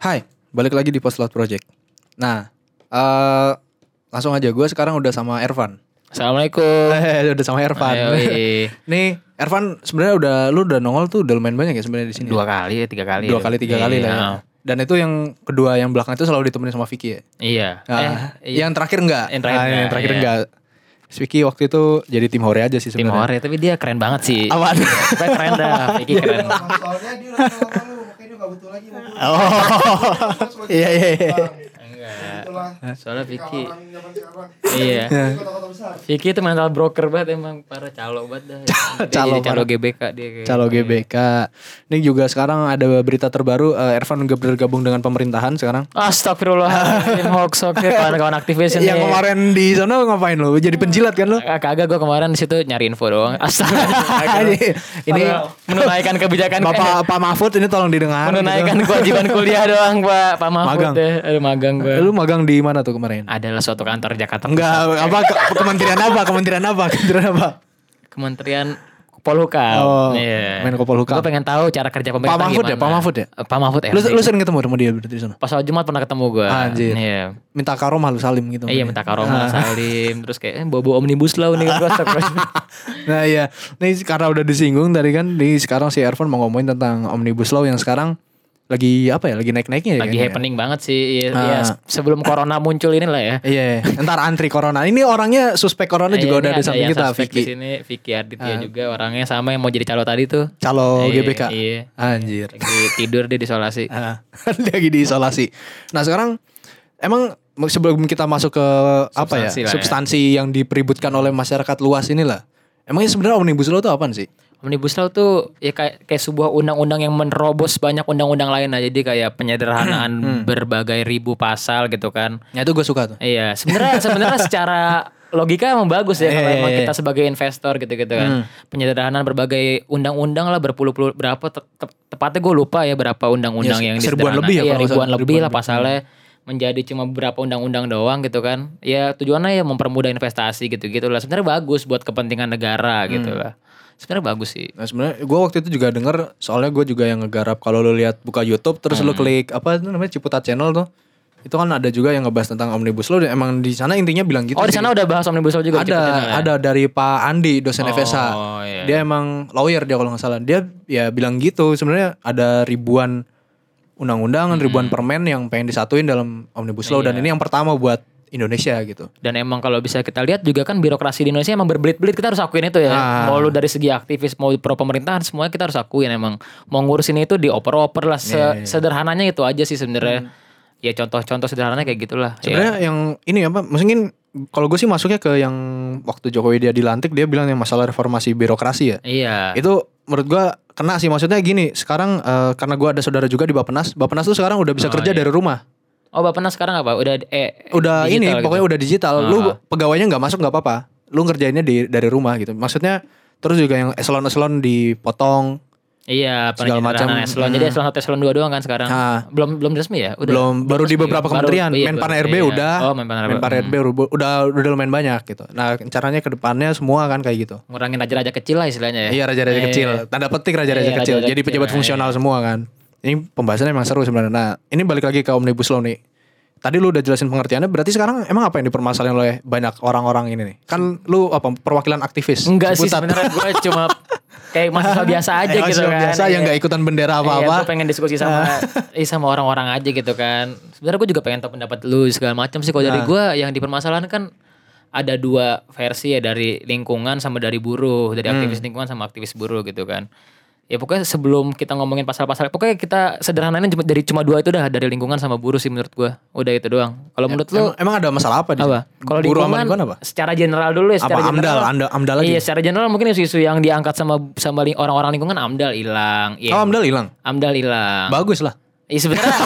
Hai, balik lagi di Postload Project. Nah, langsung aja gue sekarang udah sama Ervan. Assalamualaikum. Udah sama Ervan. Nih, Ervan sebenarnya lu udah nongol tuh udah lumayan banyak ya sebenarnya di sini. 2 kali, 3 kali. 3 kali lah ya. Dan itu yang kedua yang belakang itu selalu ditemenin sama Vicky ya. Iya. Yang terakhir enggak? Yang terakhir enggak. Vicky waktu itu jadi tim hore aja sih Tim sebenarnya. Hore, tapi dia keren banget sih. Apaan? Keren dah, Vicky keren. Soalnya dia udah sama lu, makanya dia gak butuh lagi. Iya. Enggak. Soalnya Vicky. Iya. Iya. Vicky itu mental broker banget emang, para calo banget dah. Calo GBK dia kayak. Calo GBK. Ini juga sekarang ada berita terbaru, Ervan bergabung dengan pemerintahan sekarang. Astagfirullahaladzim, hoax kawan-kawan aktivis ini. Yang kemarin di sana ngapain lu? Jadi penjilat kan lu? Kagak, gue kemarin di situ nyari info doang. Astaga. Ini menunaikan kebijakan Pak Mahfud ini tolong didengar. menunaikan kewajiban kuliah doang, Pak Mahfud. Magang. Aduh, magang gue. Lu magang di mana tuh kemarin? Adalah suatu kantor Jakarta. Enggak, kementerian apa? Kementerian Polhukam. Oh, Iya. Menko Polhukam. Gue pengen tahu cara kerja pemerintah gimana. Pak Mahfud ya? Pak Mahfud ya. Lu sering ketemu sama dia berarti di sana? Pas sholat Jumat pernah ketemu gue. Anjir. Iya. Minta karomah lu salim gitu. Iya, minta karomah, salim, terus kayak bobo omnibus law nih kan. Nah iya, nih karena udah disinggung tadi kan, sekarang si Ervan mau ngomongin tentang omnibus law yang sekarang lagi apa ya? Lagi naik-naiknya ya. Lagi happening banget sih. Iya, sebelum corona muncul ini lah ya. Iya, ntar antri corona. Ini orangnya suspek corona juga udah ada di samping kita, Vicky. Di sini Vicky Arditya juga orangnya sama yang mau jadi calo tadi tuh. Calo GBK. Iya. Anjir. Lagi tidur dia di isolasi. Dia lagi diisolasi. Nah sekarang emang sebelum kita masuk ke substansi yang dipeributkan oleh masyarakat luas inilah. Emangnya sebenarnya omnibus law itu apaan sih? Omnibus Law tuh ya kayak sebuah undang-undang yang menerobos banyak undang-undang lain aja. Jadi kayak penyederhanaan berbagai ribu pasal gitu kan. Ya itu gue suka tuh. Iya, sebenarnya secara logika emang bagus ya kalau emang kita sebagai investor gitu-gitu kan. Penyederhanaan berbagai undang-undang lah berpuluh-puluh berapa tepatnya gue lupa ya berapa undang-undang yang seribuan disederhanakan. lebih ya, Iya, kalau ribuan nggak lebih salah. lah pasalnya. Menjadi cuma beberapa undang-undang doang gitu kan. Ya tujuannya ya mempermudah investasi gitu-gitu lah. Sebenarnya bagus buat kepentingan negara gitu lah. Sebenarnya bagus sih. Nah sebenarnya gue waktu itu juga denger, soalnya gue juga yang ngegarap kalau lu lihat buka YouTube terus lu klik apa itu namanya Ciputat Channel tuh. Itu kan ada juga yang ngebahas tentang omnibus law. Emang di sana intinya bilang gitu. Oh, di sana udah bahas omnibus law juga. Ada dari Pak Andi dosen FSH. Iya. Dia emang lawyer dia kalau nggak salah. Dia ya bilang gitu. Sebenarnya ada ribuan undang-undang, ribuan permen yang pengen disatuin dalam omnibus law dan ini yang pertama buat Indonesia gitu. Dan emang kalau bisa kita lihat juga kan birokrasi di Indonesia emang berbelit-belit, kita harus akuin itu ya. Mau lu dari segi aktivis mau pro pemerintahan semuanya kita harus akuin emang. Mau ngurusin itu dioper-oper lah. Sederhananya itu aja sih sebenarnya. Ya contoh-contoh sederhananya kayak gitulah. Sebenarnya yang ini apa? Mungkin kalau gue sih masuknya ke yang waktu Jokowi dia dilantik dia bilang yang masalah reformasi birokrasi ya. Iya. Itu menurut gue kena sih, maksudnya gini. Sekarang karena gue ada saudara juga di Bappenas tuh sekarang udah bisa kerja dari rumah. Oh, Bappenas sekarang apa? Udah digital ini gitu. Pokoknya udah digital. Lu pegawainya nggak masuk nggak apa-apa. Lu ngerjainnya dari rumah gitu. Maksudnya terus juga yang eselon-eselon dipotong. Iya, segala macam eselon. Jadi eselon 1 eselon 2 doang kan sekarang. Belum resmi ya? Belum, baru di beberapa kementerian. Menpan RB udah. Oh, Menpan RB udah lumayan banyak gitu. Nah, caranya ke depannya semua kan kayak gitu. Ngurangin raja-raja kecil lah istilahnya ya. Iya, raja-raja kecil. Tanda petik raja-raja kecil. Jadi pejabat fungsional semua kan. Ini pembahasannya emang seru sebenarnya. Nah, ini balik lagi ke omnibus law nih. Tadi lu udah jelasin pengertiannya, berarti sekarang emang apa yang dipermasalahin oleh banyak orang-orang ini nih? Kan lu apa perwakilan aktivis? Enggak sih sebenarnya gue cuma kayak mahasiswa biasa aja gitu kan. Biasa yang gak ikutan bendera apa-apa. Iya, gue pengen diskusi sama orang-orang aja gitu kan. Sebenarnya gue juga pengen tahu pendapat lu segala macam sih. Kalau dari gue yang dipermasalahan kan ada 2 versi ya, dari lingkungan sama dari buruh, dari aktivis lingkungan sama aktivis buruh gitu kan. Ya pokoknya sebelum kita ngomongin pasal-pasal, pokoknya kita sederhanain dari cuma 2 itu dah, dari lingkungan sama buruh sih menurut gue. Udah itu doang. Kalau menurut lu emang ada masalah apa di apa? Kalau lingkungan apa? Secara general dulu ya, secara general. AMDAL lagi. Iya, secara general mungkin isu-isu yang diangkat sama orang-orang lingkungan, AMDAL hilang. Ya. Oh, AMDAL hilang. AMDAL hilang. Bagus lah. Iya sebenarnya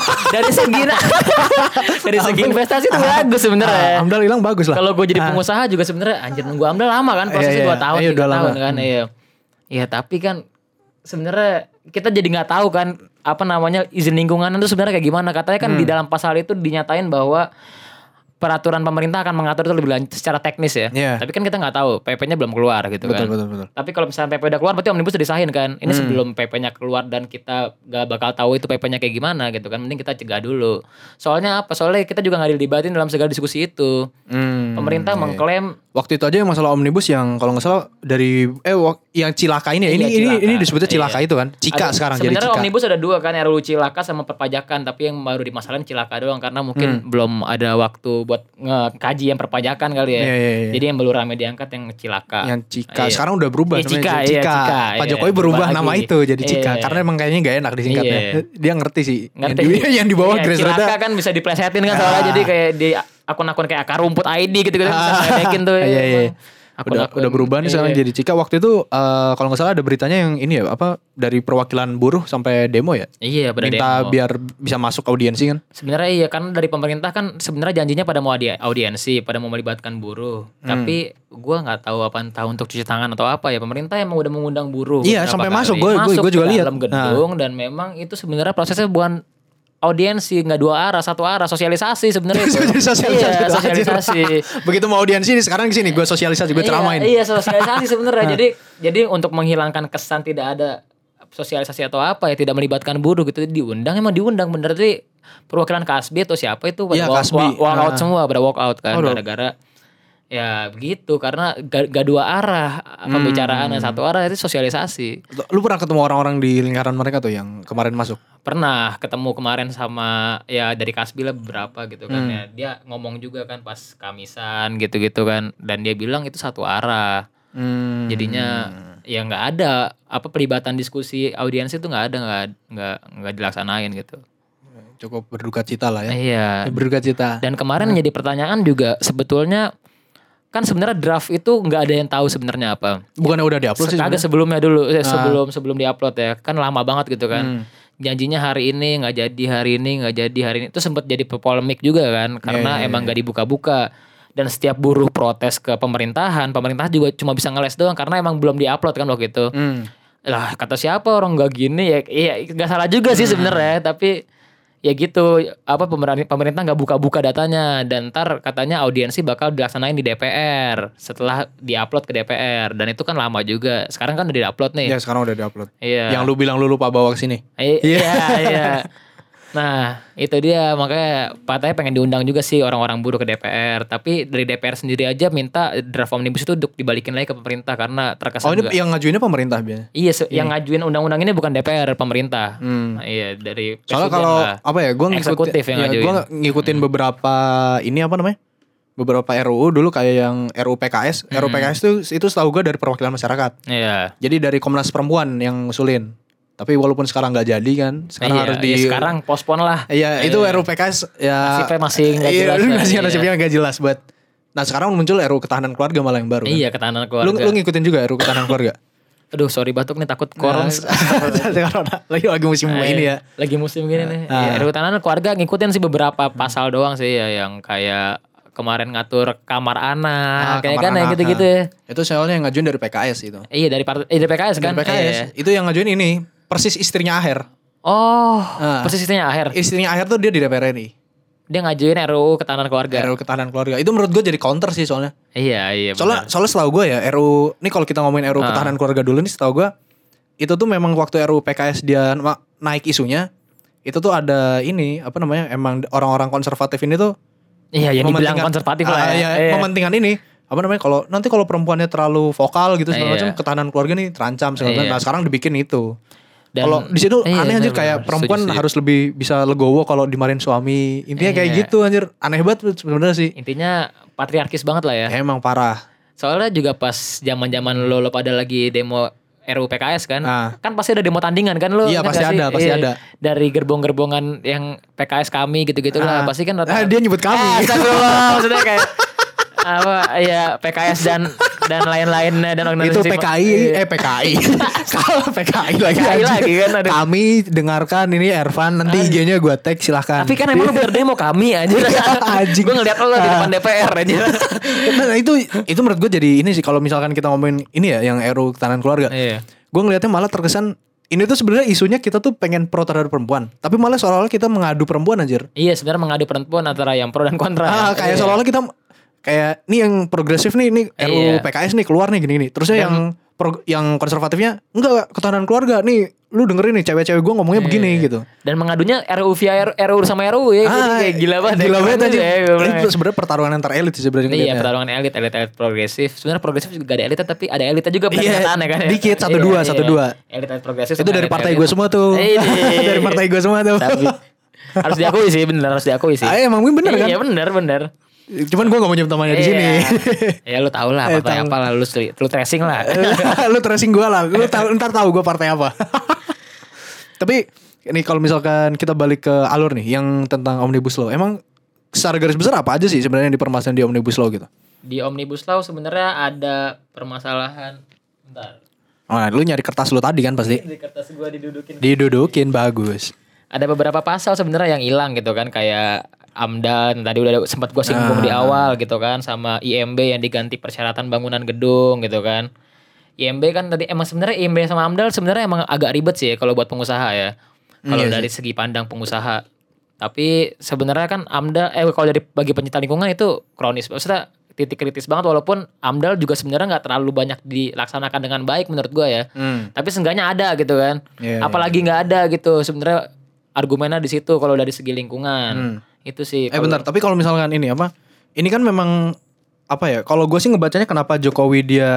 dari segi investasi itu bagus sebenarnya. AMDAL hilang bagus lah. Kalau gue jadi pengusaha juga sebenarnya anjir nunggu AMDAL lama kan, prosesnya 2 tahun, 3 tahun kan. Iya. Iya, tapi kan sebenarnya kita jadi nggak tahu kan apa namanya izin lingkungan itu sebenarnya kayak gimana. Katanya kan di dalam pasal itu dinyatain bahwa peraturan pemerintah akan mengatur itu lebih lanjut secara teknis ya. Iya. Tapi kan kita nggak tahu PP-nya belum keluar gitu kan. Betul. Tapi kalau misalnya PP udah keluar berarti omnibus udah disahin kan. Ini sebelum PP-nya keluar dan kita gak bakal tahu itu PP-nya kayak gimana gitu kan. Mending kita cegah dulu. Soalnya apa? Soalnya kita juga gak dilibatin dalam segala diskusi itu. Pemerintah mengklaim Waktu itu aja yang masalah omnibus yang kalau nggak salah dari yang Cilaka ini ya. Iya, Ini Cilaka. disebutnya Cilaka Iya. itu kan. Cika Ada- sekarang jadi sebenarnya Cika. omnibus ada dua kan, RUU Cilaka sama perpajakan, tapi yang baru dimasalahin Cilaka doang karena mungkin belum ada waktu buat ngekaji yang perpajakan kali ya. Iya. Jadi yang baru rame diangkat yang Cilaka. Yang Cika Iya. sekarang udah berubah Iya, namanya Cika, jadi iya, Cika. Cika, Pak iya, Jokowi berubah berubah nama lagi. itu jadi Cika Iya. karena emang kayaknya gak enak disingkatnya. Iya. Dia ngerti sih. Ngerti. Yang di bawah Iya, Grace Cilaka Rada. kan bisa diplesetin kan soalnya jadi kayak di akun-akun kayak akar rumput ID gitu-gitu bisa ngeledekin tuh. Iya. emang. Udah berubah nih sekarang Iya. jadi Cika. Waktu itu kalau nggak salah ada beritanya yang ini ya apa dari perwakilan buruh sampai demo ya. Iya, pada Minta demo. biar bisa masuk audiensi kan. Sebenarnya iya kan dari pemerintah kan sebenarnya janjinya pada mau audiensi, pada mau melibatkan buruh. Tapi gua nggak tahu apa entah untuk cuci tangan atau apa ya. Pemerintah emang udah mengundang buruh. Iya, beberapa sampai kali. masuk. Gua juga ke lihat. dalam gedung dan memang itu sebenarnya prosesnya bukan audiensi, nggak dua arah, satu arah, sosialisasi sebenarnya itu. Sosialisasi. Iya, sosialisasi. Begitu mau audiensi sekarang di sini gue sosialisasi gue ceramain. Iya, sosialisasi sebenarnya. Jadi untuk menghilangkan kesan tidak ada sosialisasi atau apa ya, tidak melibatkan buruh gitu, emang diundang bener. Jadi perwakilan Kasbi atau siapa itu pada Iya, Kasbi. walk out semua, pada walk out kan Aduh. gara-gara ya begitu karena gak dua arah pembicaraan yang satu arah itu sosialisasi. Lu pernah ketemu orang-orang di lingkaran mereka tuh yang kemarin masuk? Pernah ketemu kemarin sama ya dari Kasbi lah beberapa gitu kan ya. Dia ngomong juga kan pas Kamisan gitu-gitu kan dan dia bilang itu satu arah. Jadinya ya nggak ada apa pelibatan diskusi audiens itu nggak dilaksanain gitu. Cukup berduka cita lah ya. Iya. Berduka cita. Dan kemarin jadi pertanyaan juga sebetulnya kan sebenarnya draft itu nggak ada yang tahu sebenarnya apa. Bukannya udah diupload sih? Kagak sebelumnya dulu sebelum diupload ya kan lama banget gitu kan. Janjinya hari ini nggak jadi hari ini itu sempat jadi polemik juga kan karena emang nggak dibuka-buka. Dan setiap buruh protes ke pemerintahan juga cuma bisa ngeles doang karena emang belum diupload kan waktu itu. Lah kata siapa orang nggak gini ya, iya nggak salah juga sih sebenarnya tapi ya gitu apa pemerintah nggak buka-buka datanya dan ntar katanya audiensi bakal dilaksanain di DPR setelah diupload ke DPR dan itu kan lama juga. Sekarang kan udah diupload nih. Ya sekarang udah diupload. Iya. Yang lu bilang lu lupa bawa ke sini. Iya. Nah itu dia makanya katanya pengen diundang juga sih orang-orang buruh ke DPR. Tapi dari DPR sendiri aja minta draft omnibus itu dibalikin lagi ke pemerintah karena terkesan Oh ini juga. yang ngajuinnya pemerintah biasanya. Iya yang ngajuin undang-undang ini bukan DPR, pemerintah. Nah, iya dari Soalnya presiden kalau lah. apa ya gue Eksekutif yang ngajuin. gue ngikutin beberapa ini apa namanya beberapa RUU dulu kayak yang RUU PKS. RUU PKS itu setahu gue dari perwakilan masyarakat. Iya. Jadi dari Komnas Perempuan yang ngusulin. Tapi walaupun sekarang nggak jadi kan, sekarang Iya, harus iya, sekarang pospon lah. Iya, itu RUU PKS ya Nasibnya masih nggak jelas lah, Masih iya. nasibnya nggak jelas buat. Nah, sekarang muncul RUU Ketahanan Keluarga malah yang baru. Kan? Iya, ketahanan keluarga. Lu ngikutin juga RUU Ketahanan Keluarga? Aduh, sorry batuk nih takut corona. lagi musim ini ya. Lagi musim gini nih. Ya, RUU ketahanan keluarga ngikutin sih beberapa pasal doang sih ya yang kayak kemarin ngatur kamar anak, kayak kamar kan ya anak, gitu-gitu ya. Itu soalnya yang ngajuin dari PKS itu. Iya dari dari PKS kan. Dari PKS. Iya. Itu yang ngajuin ini persis istrinya Aher. Oh, Nah. persisnya Aher. Istrinya Aher tuh dia di DPR RI. Dia ngajuin RUU ketahanan keluarga. RUU Ketahanan Keluarga. Itu menurut gue jadi counter sih soalnya. Iya, Soalnya benar. setahu gue ya RUU ini kalau kita ngomongin RUU Ketahanan Keluarga dulu nih setahu gue itu tuh memang waktu RUU PKS dia naik isunya itu tuh ada ini apa namanya emang orang-orang konservatif ini tuh Iya, yang dibilang mementingkan- konservatif lah ya. iya, mementingkan ini apa namanya kalau perempuannya terlalu vokal gitu segala Iya. macam ketahanan keluarga nih terancam segala macam. Iya. Nah sekarang dibikin itu. Dan- Kalau di situ iya, aneh anjir benar, kayak benar. perempuan Setuju. harus lebih bisa legowo kalau dimarahin suami. Intinya kayak Iya. gitu anjir. Aneh banget sebenarnya sih. Intinya patriarkis banget lah ya. Emang parah. Soalnya juga pas zaman-zaman lo pada lagi demo RUU PKS kan. Ah. Kan pasti ada demo tandingan kan lo. Iya, ingat pasti gak sih? ada, pasti Iya. ada. Dari gerbong-gerbongan yang PKS kami gitu-gitu lah. Pasti kan Dia nyebut kami. Astagfirullah. Maksudnya kayak apa ya PKS dan lain-lainnya dan Itu organisasi PKI. Kalau PKI lagi. PKI lagi kan ada. Kami dengarkan ini Ervan nanti IG-nya gue tag silahkan. Tapi kan emang lu berdemo kami aja. Anjing. Gue ngeliat lo di depan DPR aja. Nah itu menurut gue jadi ini sih kalau misalkan kita ngomongin ini ya yang RUU Ketahanan Keluarga. Iya. Gue ngelihatnya malah terkesan ini tuh sebenarnya isunya kita tuh pengen pro terhadap perempuan, tapi malah seolah-olah kita mengadu perempuan anjir. Iya sebenarnya mengadu perempuan antara yang pro dan kontra. Kayak Iya. seolah-olah kita kayak nih yang progresif nih RUU PKS nih keluar nih gini. Terusnya yang konservatifnya enggak ketahanan keluarga nih, lu dengerin nih cewek-cewek gue ngomongnya begini gitu. Dan mengadunya RUU via RUU sama RUU ya. Jadi kayak gila banget. Gila banget aja. Ya, Itu sebenarnya pertarungan antar elit sih sebenarnya. iya pertarungan elit progresif. Sebenarnya progresif juga ada elitnya tapi ada elitnya juga pernyataan kan. Dikit 1-2. Elit progresif. Itu dari partai gue semua tuh. Dari partai gue semua tuh. Tapi harus diakui sih, bener harus diakui sih. Emang bener kan? Iya bener. Cuman gue gak mau nyebut namanya di sini. Ya lu tau lah partai apa lah, lu tracing lah. Lu tracing gue lah. Lu ntar tahu gue partai apa. Tapi ini kalau misalkan kita balik ke alur nih yang tentang Omnibus Law, emang secara garis besar apa aja sih sebenarnya yang dipermasalahan di Omnibus Law gitu? Di Omnibus Law sebenarnya ada permasalahan. Bentar. Oh, lu nyari kertas lu tadi kan pasti. Di kertas gua didudukin. Didudukin bagus. Ada beberapa pasal sebenarnya yang hilang gitu kan, kayak AMDAN tadi udah sempat gue singgung di awal gitu kan, sama IMB yang diganti persyaratan bangunan gedung gitu kan. IMB kan tadi emang sebenarnya IMB sama AMDAL sebenarnya emang agak ribet sih kalau buat pengusaha ya. Kalau dari segi pandang pengusaha. Tapi sebenarnya kan AMDAL kalau dari bagi pencinta lingkungan itu kronis. Maksudnya titik kritis banget, walaupun AMDAL juga sebenarnya nggak terlalu banyak dilaksanakan dengan baik menurut gue ya. Tapi seenggaknya ada gitu kan. Apalagi nggak ada gitu sebenarnya argumennya di situ kalau dari segi lingkungan. Itu sih. Bentar, tapi kalau misalkan ini apa? Ini kan memang apa ya? Kalau gue sih ngebacanya kenapa Jokowi dia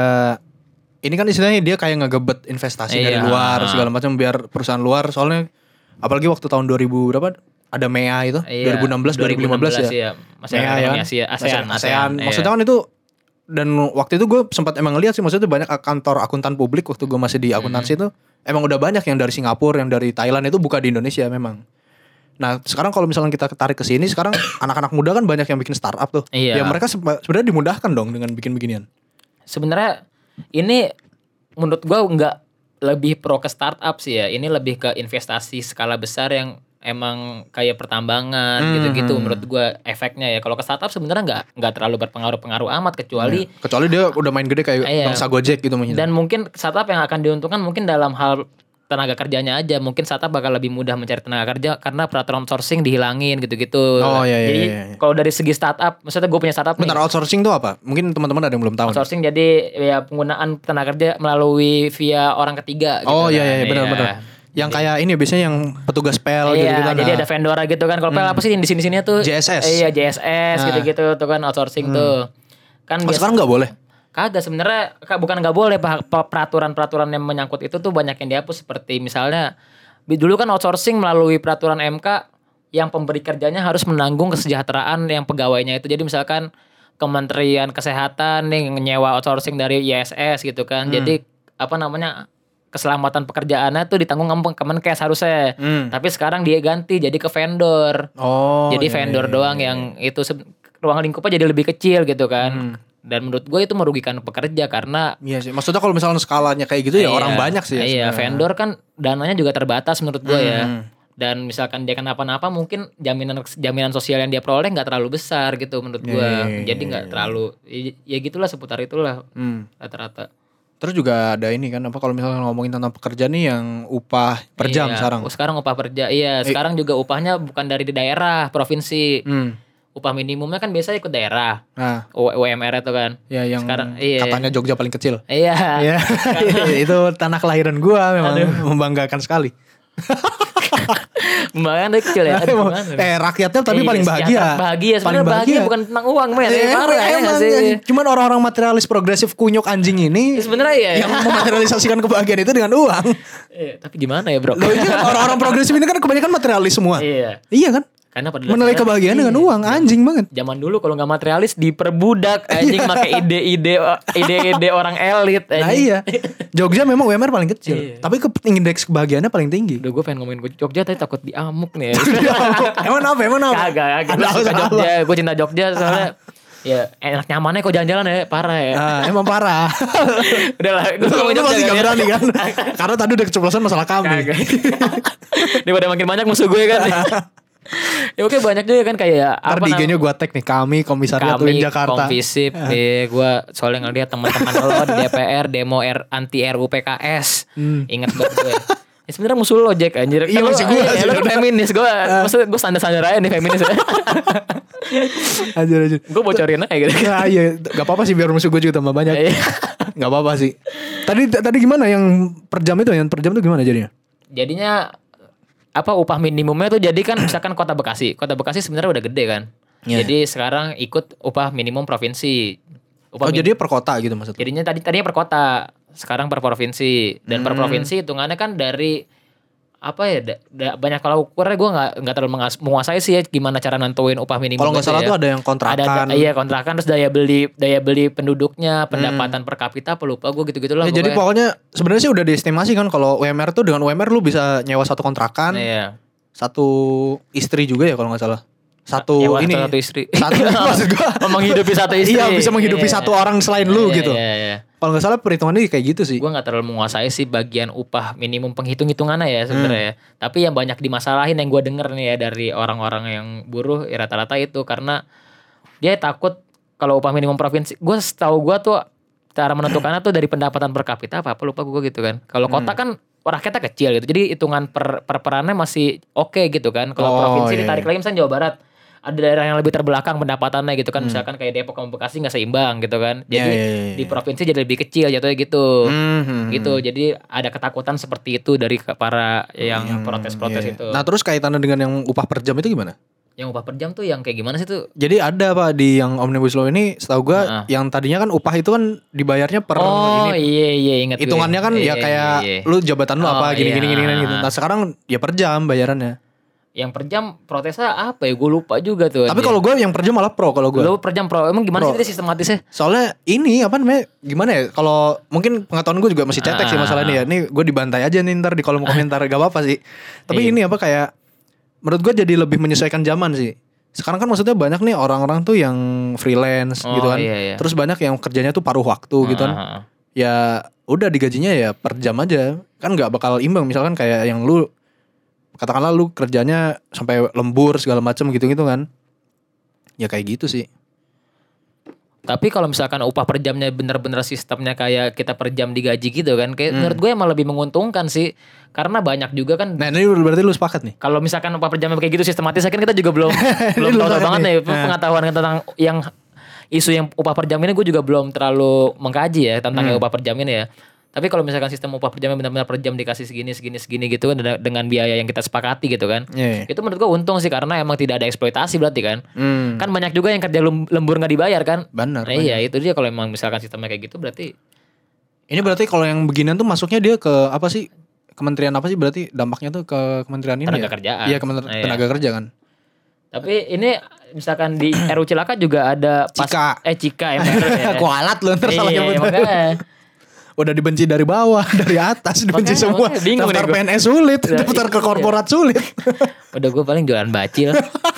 ini kan istilahnya dia kayak ngegebet investasi dari luar segala macam biar perusahaan luar, soalnya apalagi waktu tahun 2000 berapa ada MEA itu 2016 2015 ya. MEA ya. ASEAN. Maksudnya kan itu, dan waktu itu gue sempat emang ngeliat sih, maksudnya banyak kantor akuntan publik waktu gue masih di akuntansi itu emang udah banyak yang dari Singapura, yang dari Thailand itu buka di Indonesia memang. Nah sekarang kalau misalnya kita tarik ke sini, sekarang anak-anak muda kan banyak yang bikin startup tuh. Ya mereka sebenarnya dimudahkan dong dengan bikin beginian. Sebenarnya ini menurut gue nggak lebih pro ke startup sih ya. Ini lebih ke investasi skala besar yang emang kayak pertambangan gitu-gitu menurut gue efeknya ya. Kalau ke startup sebenarnya nggak terlalu berpengaruh amat kecuali dia udah main gede kayak bangsa Gojek gitu mungkin. Dan mungkin startup yang akan diuntungkan mungkin dalam hal tenaga kerjanya aja. Mungkin startup bakal lebih mudah mencari tenaga kerja karena peraturan outsourcing dihilangin gitu-gitu. Jadi kalau dari segi startup, maksudnya gue punya startup nih. Outsourcing tuh apa? Mungkin teman-teman ada yang belum tahu. Outsourcing jadi ya penggunaan tenaga kerja melalui via orang ketiga gitu. Iya benar-benar. Yang kayak ini biasanya yang petugas PL gitu-gitu. Jadi ada vendor gitu kan. Kalau PL apa sih di sini-sini tuh? JSS. Iya, JSS gitu-gitu tuh kan outsourcing tuh. Kan sekarang enggak boleh. Kagak sebenarnya bukan nggak boleh, peraturan-peraturan yang menyangkut itu tuh banyak yang dihapus, seperti misalnya dulu kan outsourcing melalui peraturan MK yang pemberi kerjanya harus menanggung kesejahteraan yang pegawainya itu. Jadi misalkan Kementerian Kesehatan nih nyewa outsourcing dari ISS gitu kan. Jadi keselamatan pekerjaannya tuh ditanggung Kemenkes harusnya. Tapi sekarang dia ganti jadi ke vendor. Jadi vendor doang yang itu ruang lingkupnya jadi lebih kecil gitu kan. Dan menurut gue itu merugikan pekerja karena iya sih. Maksudnya kalau misalnya skalanya kayak gitu ya orang banyak sih ya. Iya, vendor kan dananya juga terbatas menurut gue ya. Dan misalkan dia kenapa-napa mungkin jaminan sosial yang dia peroleh nggak terlalu besar gitu menurut gue. Jadi nggak terlalu ya gitulah, seputar itulah rata-rata. Terus juga ada ini kan, apa kalau misalnya ngomongin tentang pekerja nih yang upah per jam sekarang. Sekarang upah per jam. Iya, sekarang juga upahnya bukan dari daerah, provinsi. Upah minimumnya kan biasa ikut daerah. Nah, UMR itu kan. Ya yang sekarang, katanya Jogja paling kecil. Iya. Itu tanah kelahiran gua, memang membanggakan sekali. Membanggakan kecil ya. Rakyatnya tapi paling bahagia. Sebenarnya bahagia bukan tentang uang, men. Cuman orang-orang materialis progresif kunyuk anjing ini sebenarnya yang mematerialisasikan kebahagiaan itu dengan uang. Tapi gimana ya, Bro? Orang-orang progresif ini kan kebanyakan materialis semua. Iya kan? Karena menilai kebahagiaan dengan uang, anjing banget. Zaman dulu kalau nggak materialis diperbudak, anjing pakai ide-ide orang elit. Nah iya, Jogja memang UMR paling kecil, tapi indeks kebahagiaannya paling tinggi. Udah gue pengen ngomongin Jogja tapi takut diamuk nih. Emang apa? Kagak. Jogja, gue cinta Jogja soalnya. Ya enak nyamannya kok jalan-jalan ya, parah ya. Emang parah. Udah lah, gue pasti gak berani kan. Karena tadi udah keceplosan masalah kami. Daripada makin banyak musuh gue kan. Ya oke, banyak juga kan kayak apa namanya. IG-nya gue tag nih, kami Komisariat UIN Jakarta. Komvisip. Gue soalnya ngeliat teman-teman lo di DPR demo anti RUU PKS. Ingat banget gue. Ya sebenarnya musuh lo Jack anjir. Iya, maksud gue ya, lo kan feminis. Maksudnya gue standar-standar aja nih feminis. Anjir. Gue bocorin aja gitu. Ya iya, gak apa-apa sih biar musuh gue juga tambah banyak. Iya. Gak apa-apa sih. Tadi gimana yang per jam itu? Yang per jam itu gimana jadinya? Jadinya apa upah minimumnya tuh jadi kan misalkan Kota Bekasi. Kota Bekasi sebenarnya udah gede kan. Iya. Jadi sekarang ikut upah minimum provinsi. Jadi per kota gitu maksudnya? Jadinya tadinya per kota, sekarang per provinsi. Dan per provinsi hitungannya kan dari apa ya? Banyak kalau ukurnya gue nggak terlalu menguasai sih ya gimana cara nentuin upah minimum. Kalau nggak salah ya. tuh ada yang kontrakan. Iya kontrakan terus daya beli penduduknya, pendapatan per kapita, lupa gue gitu-gitulah. Ya, jadi pokoknya sebenarnya sih udah diestimasi kan kalau UMR tuh dengan UMR lu bisa nyewa satu kontrakan, satu istri juga ya kalau nggak salah. Satu istri. Satu maksud gua menghidupi satu istri. Iya, bisa menghidupi satu orang selain lu gitu. Iya. Kalau nggak salah perhitungannya kayak gitu sih. Gue nggak terlalu menguasai sih bagian upah minimum penghitungannya ya sebenarnya. Tapi yang banyak dimasalahin yang gue denger nih ya dari orang-orang yang buruh ya rata-rata itu karena dia takut kalau upah minimum provinsi. Gue setahu gue tuh cara menentukannya tuh dari pendapatan per kapita apa lupa gue gitu kan. Kalau kota kan rakyatnya kecil gitu. Jadi hitungan perannya masih oke gitu kan. Kalau provinsi ditarik lagi misalnya Jawa Barat. Ada daerah yang lebih terbelakang pendapatannya gitu kan. Misalkan kayak Depok sama Bekasi gak seimbang gitu kan. Jadi di provinsi jadi lebih kecil jatuhnya gitu. Gitu. Jadi ada ketakutan seperti itu dari para yang protes-protes itu. Nah terus kaitannya dengan yang upah per jam itu gimana? Yang upah per jam tuh yang kayak gimana sih tuh? Jadi ada Pak di yang Omnibus Law ini setahu gue yang tadinya kan upah itu kan dibayarnya per iya ingat. Hitungannya kan ya kayak lu jabatan lu apa gini gitu. Nah sekarang ya per jam bayarannya. Yang per jam protesnya apa ya? Gue lupa juga tuh. Tapi kalau gue yang per jam malah pro kalau gue. Lu per jam pro. Emang gimana sih sistematisnya? Soalnya ini apa namanya? Gimana ya? Kalau mungkin pengetahuan gue juga masih cetek sih masalah ini ya. Ini gue dibantai aja nih ntar di kolom komentar gak apa-apa sih. Tapi ini apa kayak menurut gue jadi lebih menyesuaikan zaman sih. Sekarang kan maksudnya banyak nih orang-orang tuh yang freelance gitu kan. Iya. Terus banyak yang kerjanya tuh paruh waktu gitu kan. Ya udah digajinya ya per jam aja. Kan gak bakal imbang misalkan kayak yang lu katakanlah lu kerjanya sampai lembur segala macam gitu-gitu kan. Ya kayak gitu sih. Tapi kalau misalkan upah per jamnya bener-bener sistemnya kayak kita per jam digaji gitu kan. Kayak menurut gue emang lebih menguntungkan sih. Karena banyak juga kan. Nah ini berarti lu sepakat nih. Kalau misalkan upah per jamnya kayak gitu sistematis kan kita juga belum tahu banget nih. Pengetahuan tentang yang isu yang upah per jam ini gue juga belum terlalu mengkaji ya tentang upah per jam ini ya. Tapi kalau misalkan sistem upah per jamnya benar-benar per jam dikasih segini gitu kan dengan biaya yang kita sepakati gitu kan. Itu menurut gue untung sih karena emang tidak ada eksploitasi berarti kan. Kan banyak juga yang kerja lembur gak dibayar kan. Benar. Nah, iya itu dia kalau emang misalkan sistemnya kayak gitu berarti. Ini berarti kalau yang beginian tuh masuknya dia ke apa sih? Kementerian apa sih berarti dampaknya tuh ke kementerian ini tenaga ya? kerjaan. Iya tenaga kerja kan. Tapi ini misalkan di RU Cilaka juga ada Cika ya. Kualat lu ntar salah nyebut. Udah dibenci dari bawah, dari atas dibenci semua. Daftar PNS sulit, daftar ke korporat sulit. Udah gue paling jualan bacil.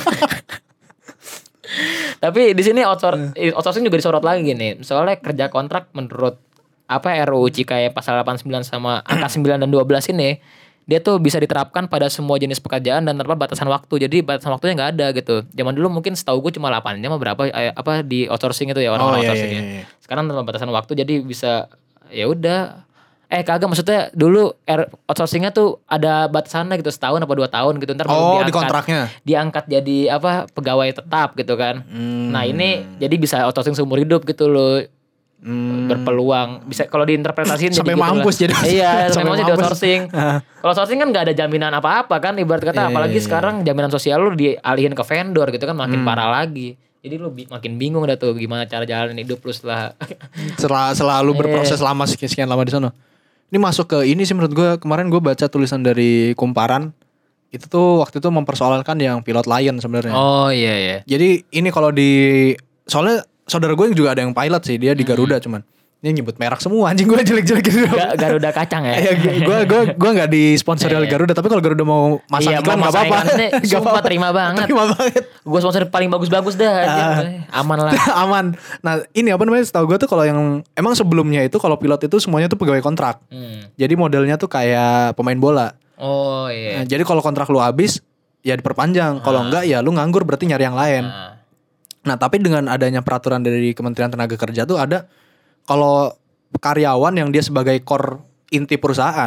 Tapi di sini outsourcing juga disorot lagi nih. Soalnya kerja kontrak menurut RUU Cika pasal 89 sama angka 9 dan 12 ini dia tuh bisa diterapkan pada semua jenis pekerjaan dan tanpa batasan waktu. Jadi batasan waktunya nggak ada gitu. Zaman dulu mungkin setahu gue cuma 8 jam berapa di outsourcing itu ya orang-orang outsourcing. Iya. Sekarang tanpa batasan waktu jadi bisa ya udah kagak maksudnya dulu outsourcingnya tuh ada batasannya gitu setahun apa 2 tahun gitu ntar baru di kontraknya diangkat jadi pegawai tetap gitu kan. Nah ini jadi bisa outsourcing seumur hidup gitu loh. Berpeluang bisa kalau diinterpretasiin sampai jadi mampus gitu jadi sampai mampus di outsourcing. Kalau outsourcing kan nggak ada jaminan apa-apa kan ibarat kata apalagi sekarang jaminan sosial lu dialihin ke vendor gitu kan makin parah lagi. Jadi lu makin bingung dah tuh gimana cara jalanin hidup lu setelah selalu berproses lama sekian lama di sana. Ini masuk ke ini sih menurut gue kemarin gue baca tulisan dari Kumparan itu tuh waktu itu mempersoalkan yang pilot Lion sebenarnya. Oh iya. Jadi ini kalau soalnya saudara gue juga ada yang pilot sih dia di Garuda cuman. Ini nyebut merek semua anjing gue jelek-jelek gitu. Garuda kacang ya. Gue enggak disponsori oleh Garuda tapi kalau Garuda mau masang iklan enggak apa-apa. Sumpah terima banget. Gue sponsor paling bagus-bagus dah. Aman lah. Aman. Nah, ini apa namanya? Setahu gue tuh kalau yang emang sebelumnya itu kalau pilot itu semuanya tuh pegawai kontrak. Jadi modelnya tuh kayak pemain bola. Oh iya. Nah, jadi kalau kontrak lu habis ya diperpanjang. Kalau enggak ya lu nganggur berarti nyari yang lain. Nah, tapi dengan adanya peraturan dari Kementerian Tenaga Kerja tuh ada kalau karyawan yang dia sebagai core inti perusahaan,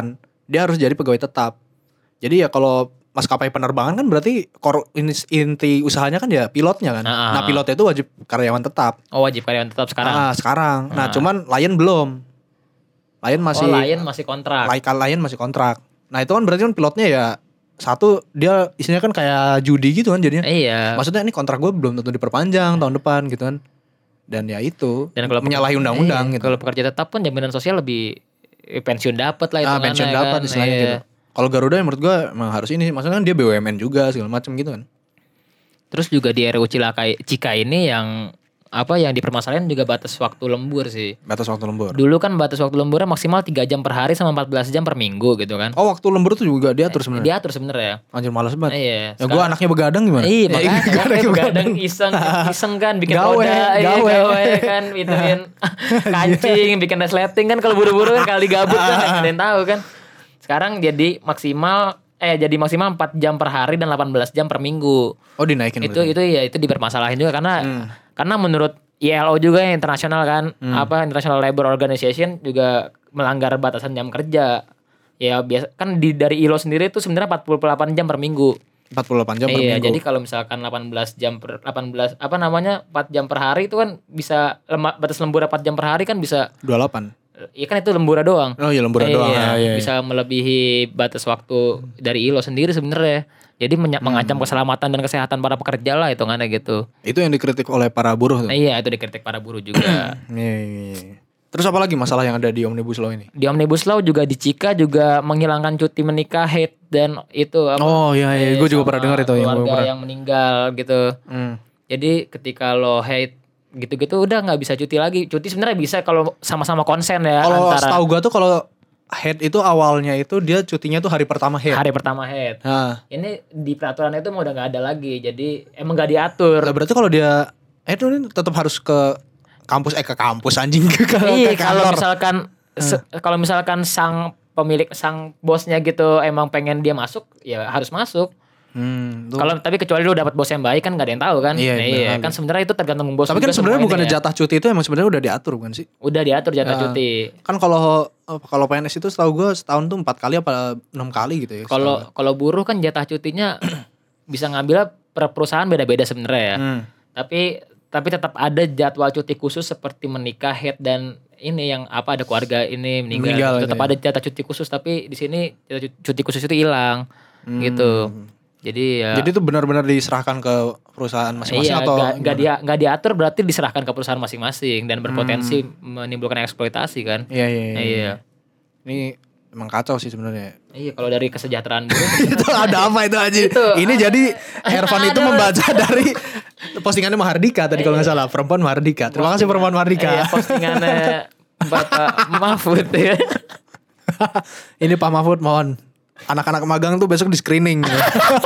dia harus jadi pegawai tetap. Jadi ya kalau maskapai penerbangan kan berarti inti usahanya kan ya pilotnya kan. Nah pilotnya itu wajib karyawan tetap. Oh wajib karyawan tetap sekarang. Sekarang. Nah cuman Lion belum. Lion masih kontrak. Lion masih kontrak. Nah itu kan berarti kan pilotnya ya satu dia isinya kan kayak judi gitu kan jadinya. Iya. Maksudnya ini kontrak gue belum tentu diperpanjang tahun depan gitu kan. Dan ya itu. Dan kalau menyalahi undang-undang gitu. Kalau pekerja tetap pun jaminan sosial lebih pensiun dapat lah itu. Pensiun dapat istilahnya gitu. Kalau Garuda yang menurut gue emang harus ini, maksudnya kan dia BUMN juga segala macam gitu kan. Terus juga di RUU Cika ini yang yang dipermasalahin juga batas waktu lembur sih. Batas waktu lembur. Dulu kan batas waktu lemburnya maksimal 3 jam per hari sama 14 jam per minggu gitu kan. Oh waktu lembur tuh juga diatur sebenarnya. Diatur sebenarnya. Anjir malas banget. Iya. Ya gue anaknya begadang gimana? Iya makanya begadang iseng kan bikin gawe kan bikin kancing, bikin resleting kan kalau buru-buru kan kali gabut kan nggak ada yang tahu kan. Sekarang jadi maksimal 4 jam per hari dan 18 jam per minggu. Oh dinaikin. Itu dipermasalahin juga karena menurut ILO juga yang internasional kan, International Labour Organization juga melanggar batasan jam kerja. Ya biasa kan dari ILO sendiri itu sebenarnya 48 jam per minggu. 48 jam per minggu. Iya, jadi kalau misalkan 4 jam per hari itu kan bisa batas lembur 4 jam per hari kan bisa 28. Iya kan itu lembur doang. Oh iya lembur doang. Iya. Bisa melebihi batas waktu dari ILO sendiri sebenarnya. Jadi mengancam keselamatan dan kesehatan para pekerja lah hitungannya gitu. Itu yang dikritik oleh para buruh tuh. Iya, itu dikritik para buruh juga. Iya. Terus apa lagi masalah yang ada di Omnibus Law ini? Di Omnibus Law juga di Cika juga menghilangkan cuti menikah haid dan itu Oh iya, gue juga pernah dengar itu keluarga yang meninggal gitu. Jadi ketika lo haid gitu-gitu udah nggak bisa cuti lagi. Cuti sebenarnya bisa kalau sama-sama konsen ya. Kalau setahu gue tuh kalau head itu awalnya itu dia cutinya tuh hari pertama head. Hari pertama head. Ini di peraturan itu udah nggak ada lagi. Jadi emang nggak diatur. Lah berarti kalau dia itu tetap harus ke kampus anjing ke iya, kalau misalkan sang bosnya gitu emang pengen dia masuk ya harus masuk. Tapi kecuali lu dapat bos yang baik kan nggak ada yang tahu kan. Iya kan sebenarnya itu tergantung bos. Tapi kan sebenarnya bukannya jatah cuti itu emang sebenarnya udah diatur bukan sih? Udah diatur jatah cuti. Kan kalau PNS itu setahu gue setahun tuh 4 kali apa 6 kali gitu ya. Kalau buruh kan jatah cutinya bisa ngambil per perusahaan beda-beda sebenarnya ya. Tapi tetap ada jadwal cuti khusus seperti menikah, haid dan ini yang ada keluarga ini meninggal tetap ada jatah cuti khusus, tapi di sini jatah cuti khusus itu hilang gitu. Jadi itu benar-benar diserahkan ke perusahaan masing-masing atau nggak diatur berarti diserahkan ke perusahaan masing-masing dan berpotensi menimbulkan eksploitasi kan. Iya. Ini emang kacau sih sebenarnya. Iya, kalau dari kesejahteraan buruh itu ada apa itu aja? Ini jadi Ervan itu membaca dari postingannya Mahardika tadi kalau nggak salah, perempuan Mahardika. Terima kasih perempuan Mahardika. Postingannya Bapak Mahfud ya. Ini Pak Mahfud mohon anak-anak magang tuh besok di screening. Gitu.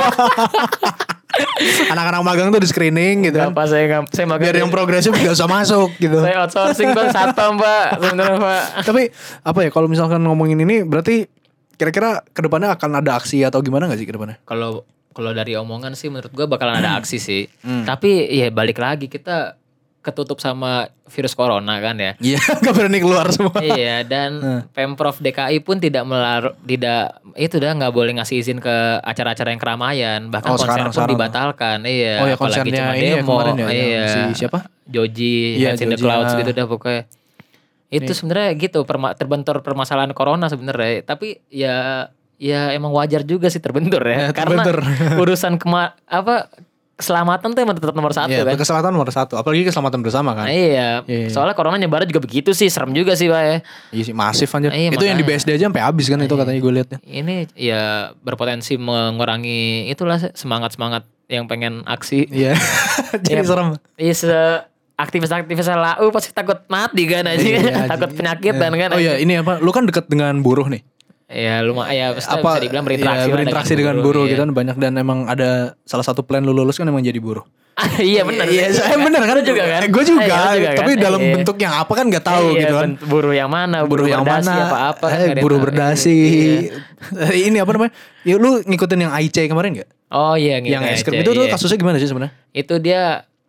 Anak-anak magang tuh di screening gitu kan. Pak saya magang. Biar yang progresif gak usah masuk gitu. Saya outsourcing Pak satpam Pak sebenarnya Pak. Tapi apa ya kalau misalkan ngomongin ini berarti kira-kira kedepannya akan ada aksi atau gimana gak sih kedepannya? Kalau dari omongan sih menurut gue bakalan ada aksi sih. Tapi ya balik lagi kita ketutup sama virus corona kan ya. Iya, gak berani keluar semua. Iya, dan Pemprov DKI pun tidak nggak boleh ngasih izin ke acara-acara yang keramaian, bahkan konser pun dibatalkan. Iya, oh ya konsernya ini ya kemarin ya. Iya. Si siapa? Joji, Hands in the Clouds gitu dah pokoknya. Itu sebenarnya gitu terbentur permasalahan corona sebenarnya. Tapi ya emang wajar juga sih terbentur ya. Karena urusan keselamatan tuh emang tetap nomor 1 kan. Keselamatan nomor 1. Apalagi keselamatan bersama kan. Iya. Soalnya corona nyebar juga begitu sih. Serem juga sih Pak ya. Iya sih masif aja. Itu yang di BSD aja sampai habis kan itu katanya gue liatnya. Ini ya berpotensi mengurangi itulah semangat yang pengen aksi. Iya. Jadi serem. Iya aktivis-aktivis LAU pasti takut mati kan aja. Takut penyakit dan kan. Oh iya ini apa. Lu kan dekat dengan buruh nih. Ya lumayan bisa dibilang berinteraksi dengan buruh gitu kan banyak dan emang ada salah satu plan lu lulus kan emang jadi buruh. Iya benar. Iya saya benar kan juga kan. Gue juga tapi dalam bentuk yang apa kan nggak tahu gitu kan. Buruh yang mana? Buruh yang mana? Apa kan? Buruh berdasi. Ini apa namanya? Ya lu ngikutin yang IC kemarin nggak? Oh iya yang es krim itu tuh kasusnya gimana sih sebenarnya? Itu dia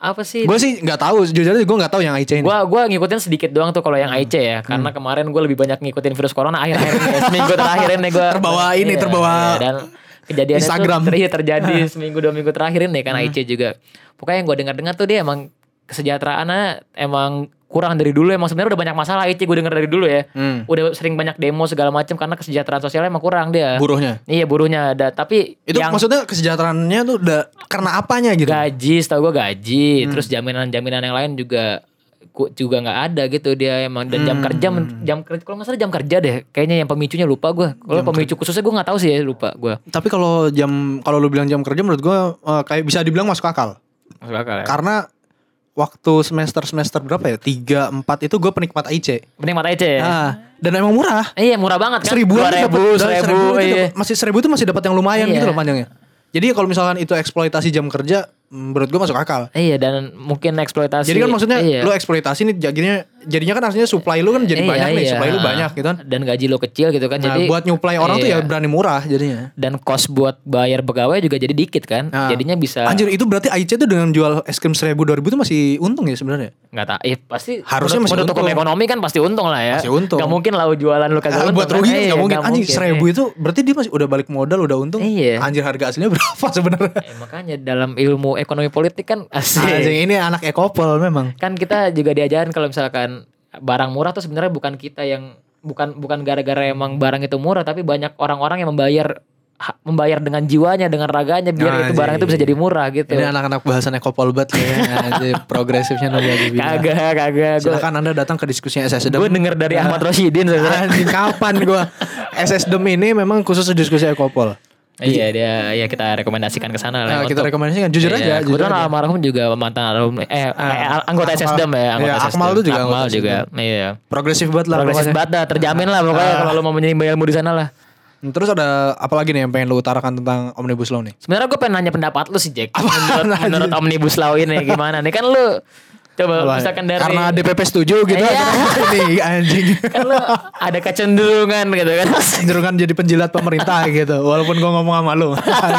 apa sih? Gue sih nggak tahu, jujur aja gue nggak tahu yang AIC ini. Gua ngikutin sedikit doang tuh kalau yang AIC ya, karena kemarin gue lebih banyak ngikutin virus corona akhir-akhir ini ya. Seminggu terakhir ini gue terbawa dan kejadian Instagram. itu terjadi seminggu 2 minggu terakhir ini kan AIC juga. Pokoknya yang gue dengar-dengar tuh dia emang kesejahteraannya emang kurang dari dulu, emang sebenarnya udah banyak masalah AIC, gue denger dari dulu ya. Udah sering banyak demo segala macam karena kesejahteraan sosialnya emang kurang dia. Buruhnya. Iya, buruhnya ada, tapi Itu maksudnya kesejahteraannya tuh udah karena apanya gitu? gaji, setahu gue gaji, terus jaminan-jaminan yang lain juga nggak ada gitu dia emang. Dan jam kerja kalau nggak salah jam kerja deh kayaknya yang pemicunya, lupa gue. Kalau pemicu khususnya gue nggak tahu sih ya, lupa gue. Tapi kalau lu bilang jam kerja menurut gue kayak bisa dibilang masuk akal. Masuk akal ya. Karena waktu semester berapa ya? 3, 4 itu gue penikmat AIC. Penikmat AIC ya. Dan emang murah. Iya, murah banget kan. 1.000-an tuh dapet, 1.000 iya. masih 1.000 itu masih dapat yang lumayan Iya. gitu loh panjangnya. Jadi kalau misalkan itu eksploitasi jam kerja, menurut gue masuk akal. Iya, dan mungkin eksploitasi. Jadi kan maksudnya iya. lu eksploitasi nih jadinya kan artinya supply lu kan jadi banyak nih, supply lu banyak gitu kan. Dan gaji lu kecil gitu kan. Nah, Jadi buat nyuplai orang tuh ya berani murah jadinya. dan cost buat bayar pegawai juga jadi dikit kan. Nah, jadinya bisa. Anjir, itu berarti AIC tuh dengan jual es krim 1.000 2.000 itu masih untung ya sebenarnya. Nggak tahu, pasti Harusnya masih menurut hukum untung. ekonomi kan pasti untung lah ya. Masih untung. Gak mungkin lah jualan lu kagak untung. Buat rugi kan Iya, nggak mungkin. nggak Anjing mungkin. 1.000 itu berarti dia masih udah balik modal, udah untung. Iya. Anjir, harga aslinya berapa sebenarnya? Makanya dalam ilmu ekonomi politik kan asik. Anjing, ini anak ekopol memang. Kan kita juga diajarin kalau misalkan barang murah tuh sebenarnya bukan kita yang bukan gara-gara emang barang itu murah, tapi banyak orang-orang yang membayar dengan jiwanya, dengan raganya biar itu barang itu bisa jadi murah gitu. Ini anak-anak bahasan ekopol banget kayaknya. Anjir, progresifnya Nabi Habibie. Kagak. Silakan Anda datang ke diskusinya SSDem. Gue denger dari Ahmad Rosyidin sebenarnya. Anjing, kapan gue SSDem ini memang khusus diskusi ekopol. Iya, dia kita rekomendasikan ke sana lah. Nah, kita rekomendasikan jujur aja. Jujur Kebetulan aja. almarhum juga mantan alumni anggota SSDem ya, anggota SSDem. Akmal tuh juga Akmal anggota juga. SSDem. Iya. Progresif banget lah. Progresif pokoknya. banget dah, terjamin lah pokoknya kalau lu mau menimba ilmu di sana lah. Terus ada apa lagi nih yang pengen lu utarakan tentang Omnibus Law nih? Sebenarnya gue pengen nanya pendapat lu sih, Jack. Apaan, Menurut Omnibus Law ini gimana nih? Kan lu coba misalkan dari Karena DPP setuju gitu. Iya. Ini anjing. kan lu ada kecenderungan gitu kan. Cenderungan jadi penjilat pemerintah gitu. Walaupun gue ngomong sama lu.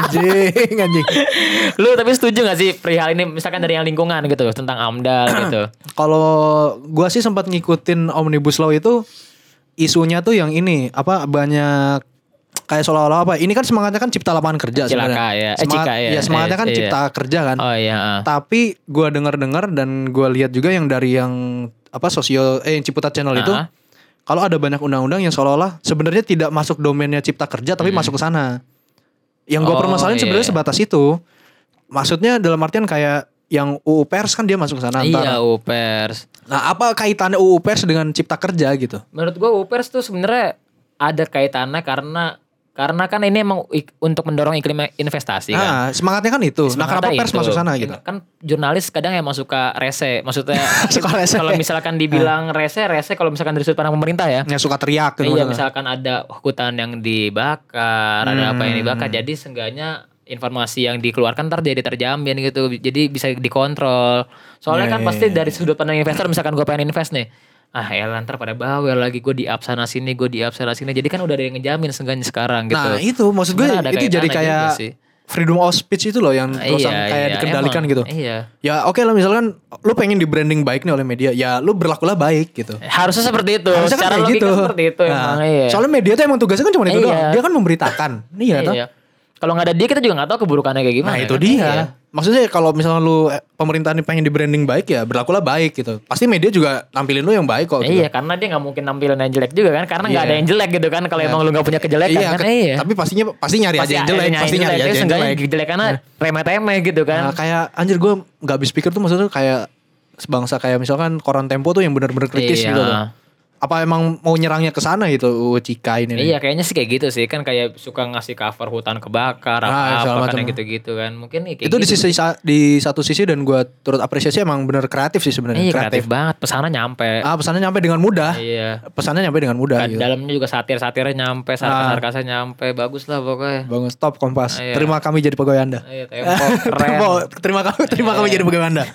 Anjing. Lu tapi setuju gak sih perihal ini misalkan dari yang lingkungan gitu tentang AMDAL gitu? Kalau gue sih sempat ngikutin Omnibus Law itu, isunya tuh yang ini apa banyak kayak seolah-olah apa ini kan semangatnya kan cipta lapangan kerja sebenarnya. Semangatnya kan cipta kerja kan. Oh iya. Tapi gue dengar dan gue lihat juga yang dari yang apa yang Ciputat Channel itu, kalau ada banyak undang-undang yang seolah-olah sebenarnya tidak masuk domainnya cipta kerja tapi masuk ke sana. Yang gue permasalahin sebenarnya sebatas itu. Maksudnya dalam artian kayak yang UU Pers kan dia masuk ke sana. Iya, UU Pers. Nah, apa kaitannya UU Pers dengan cipta kerja gitu? Menurut gue UU Pers tuh sebenarnya ada kaitannya karena kan ini emang untuk mendorong iklim investasi kan. Nah, semangatnya kan itu. Nah, kenapa pers masuk sana gitu? Kan jurnalis kadang emang suka rese. Maksudnya Suka rese. kalau misalkan dibilang rese kalau misalkan dari sudut pandang pemerintah ya. Yang suka teriak gitu. Iya, misalkan ada hutan yang dibakar, ada apa yang dibakar. Jadi seenggaknya informasi yang dikeluarkan ntar jadi terjamin gitu. Jadi bisa dikontrol. Soalnya kan pasti dari sudut pandang investor, misalkan gue pengen invest nih. Ntar pada bawel lagi, gue di up sana sini. Jadi kan udah ada yang ngejamin seenggaknya sekarang gitu. Nah itu maksud gue itu jadi kayak freedom of speech itu loh yang terusan kayak dikendalikan emang, gitu. Iya. Ya oke lah, misalkan lu pengen di branding baik nih oleh media, ya lu berlakulah baik gitu. Harusnya seperti itu. Harusnya secara kan logika gitu. Seperti itu emang. Iya. Soalnya media tuh emang tugasnya kan cuma itu doang. Dia kan memberitakan. Iya toh. Kalau nggak ada dia kita juga nggak tahu keburukannya kayak gimana. Nah itu dia. Iya. Maksudnya kalau misalnya lu pemerintahan ini pengen di branding baik, ya berlakulah baik gitu. Pasti media juga nampilin lu yang baik kok. Gitu. Iya, karena dia nggak mungkin nampilin yang jelek juga kan, karena nggak ada yang jelek gitu kan. Kalau emang lu nggak punya kejelekan kan. Tapi pasti nyari aja yang jelek. Pasti nyari aja yang jelek. Kejelekannya remeh-temeh gitu kan. Nah, kayak anjir gue nggak habis pikir tuh, maksudnya kayak sebangsa kayak misalkan koran Tempo tuh yang benar-benar kritis gitu loh. Apa emang mau nyerangnya ke sana gitu Cika ini? Iya, kayaknya sih kayak gitu sih. Kan kayak suka ngasih cover hutan kebakar apa kan gitu-gitu kan. Mungkin kayak itu gitu. Di satu sisi dan gue turut apresiasi, emang bener kreatif sih sebenarnya. Iya, kreatif banget. Pesannya nyampe. Pesannya nyampe dengan mudah. Iya. Pesannya nyampe dengan mudah. Kan, gitu. Dalamnya juga satir-satirnya nyampe, sarkas-sarkasnya nyampe. Bagus lah pokoknya. Bagus, top Kompas. Iya. Terima kami jadi pegawai Anda. Iya, Tempo keren. Terima kami jadi pegawai Anda.